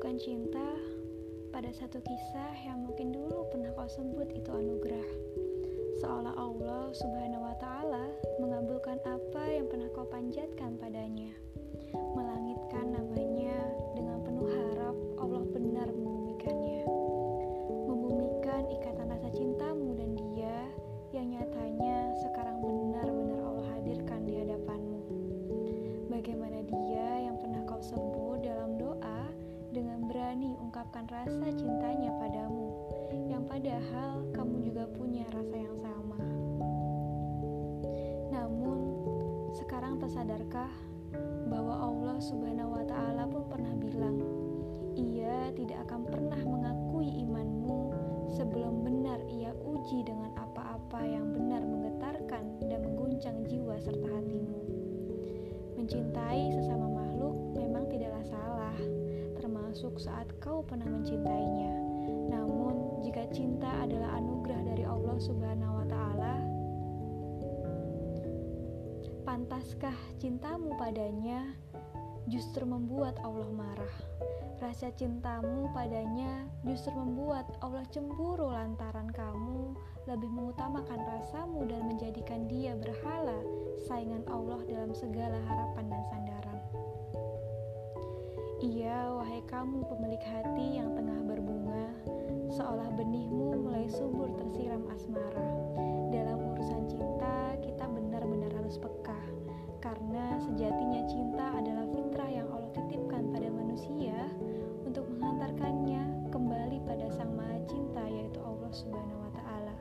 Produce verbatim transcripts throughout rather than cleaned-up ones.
Mengungkapkan cinta pada satu kisah yang mungkin dulu pernah kau sebut itu anugerah. Seolah Allah subhanahu wa ta'ala mengabulkan apa yang pernah kau panjatkan padanya. Melangitkan namanya dengan penuh harap Allah benar membumikannya. Membumikan ikatan rasa cintamu dan dia yang nyatanya sekarang benar-benar Allah hadirkan di hadapanmu. Bagaimana dia yang pernah kau sebut dalam doa dengan berani ungkapkan rasa cintanya padamu, yang padahal kamu juga punya rasa yang sama. Namun, sekarang tersadarkah bahwa Allah subhanahu wa ta'ala pun pernah bilang, Ia tidak akan pernah mengakui imanmu sebelum benar Ia uji dengan apa-apa yang benar menggetarkan dan mengguncang jiwa serta hatimu. Mencintai sesama makhluk memang tidaklah salah, termasuk saat kau pernah mencintainya. Namun, jika cinta adalah anugerah dari Allah subhanahu wa ta'ala, pantaskah cintamu padanya justru membuat Allah marah? Rasa cintamu padanya justru membuat Allah cemburu lantaran kamu lebih mengutamakan rasamu dan menjadikan dia berhala, saingan Allah dalam segala harapan dan sandaran. Iya, wahai kamu pemilik hati yang tengah berbunga, seolah benihmu mulai subur tersiram asmara. Dalam urusan cinta, kita benar-benar harus peka, karena sejatinya cinta adalah fitrah yang Allah titipkan pada manusia untuk menghantarkannya kembali pada Sang Maha Cinta, yaitu Allah Subhanahu wa Ta'ala.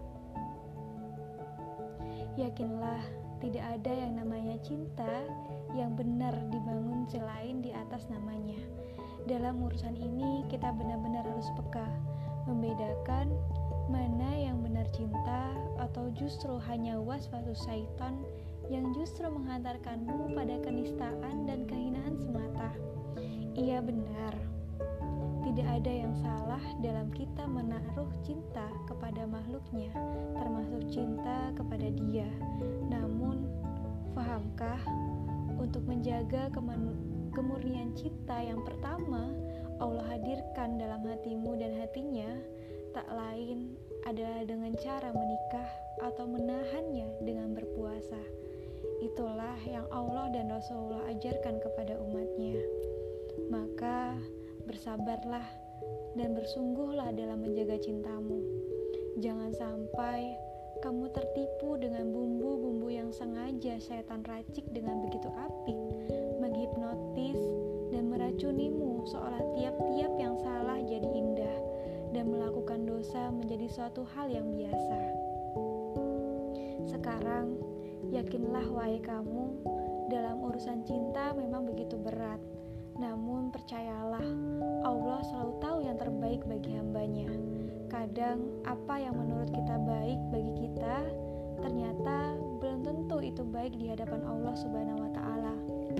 Yakinlah, tidak ada yang namanya cinta yang benar dibangun selain di atas namanya. Dalam urusan ini, kita benar-benar harus peka, membedakan mana yang benar cinta atau justru hanya waswasus syaitan yang justru menghantarkanmu pada kenistaan dan kehinaan semata. Iya benar, tidak ada yang salah dalam kita menaruh cinta kepada makhluknya, termasuk cinta kepada dia. Namun, fahamkah, untuk menjaga kemanu- kemurnian cinta yang pertama Allah hadirkan dalam hatimu dan hatinya, tak lain adalah dengan cara menikah atau menahannya dengan berpuasa. Itulah yang Allah dan Rasulullah ajarkan kepada umatnya. Maka bersabarlah dan bersungguhlah dalam menjaga cintamu. Jangan sampai kamu tertipu dengan bumbu-bumbu yang sengaja setan racik dengan begitu apik, menghipnotis dan meracunimu seolah tiap-tiap yang salah jadi indah dan melakukan dosa menjadi suatu hal yang biasa. Sekarang, yakinlah wahai kamu, dalam urusan cinta memang begitu berat. Namun percayalah, Allah selalu tahu yang terbaik bagi hambanya. Kadang apa yang menurut kita baik bagi kita, ternyata belum tentu itu baik di hadapan Allah subhanahu wa ta'ala.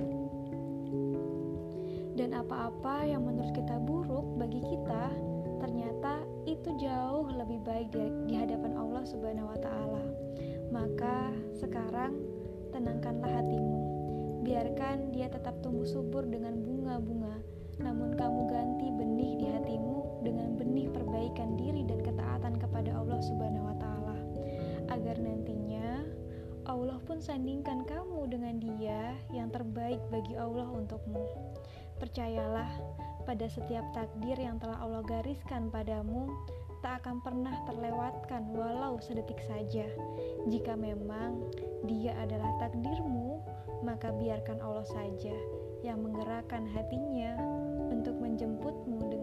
Dan apa-apa yang menurut kita buruk bagi kita, ternyata itu jauh lebih baik di, di hadapan Allah subhanahu wa ta'ala. Maka sekarang tenangkanlah hatimu. Biarkan dia tetap tumbuh subur dengan bunga-bunga, namun kamu ganti benih di hatimu dengan benih perbaikan diri dan ketaatan kepada Allah subhanahu wa ta'ala, agar nantinya Allah pun sandingkan kamu dengan dia yang terbaik bagi Allah untukmu. Percayalah, pada setiap takdir yang telah Allah gariskan padamu tak akan pernah terlewatkan walau sedetik saja. Jika memang dia adalah takdirmu, maka biarkan Allah saja yang menggerakkan hatinya untuk menjemputmu dengan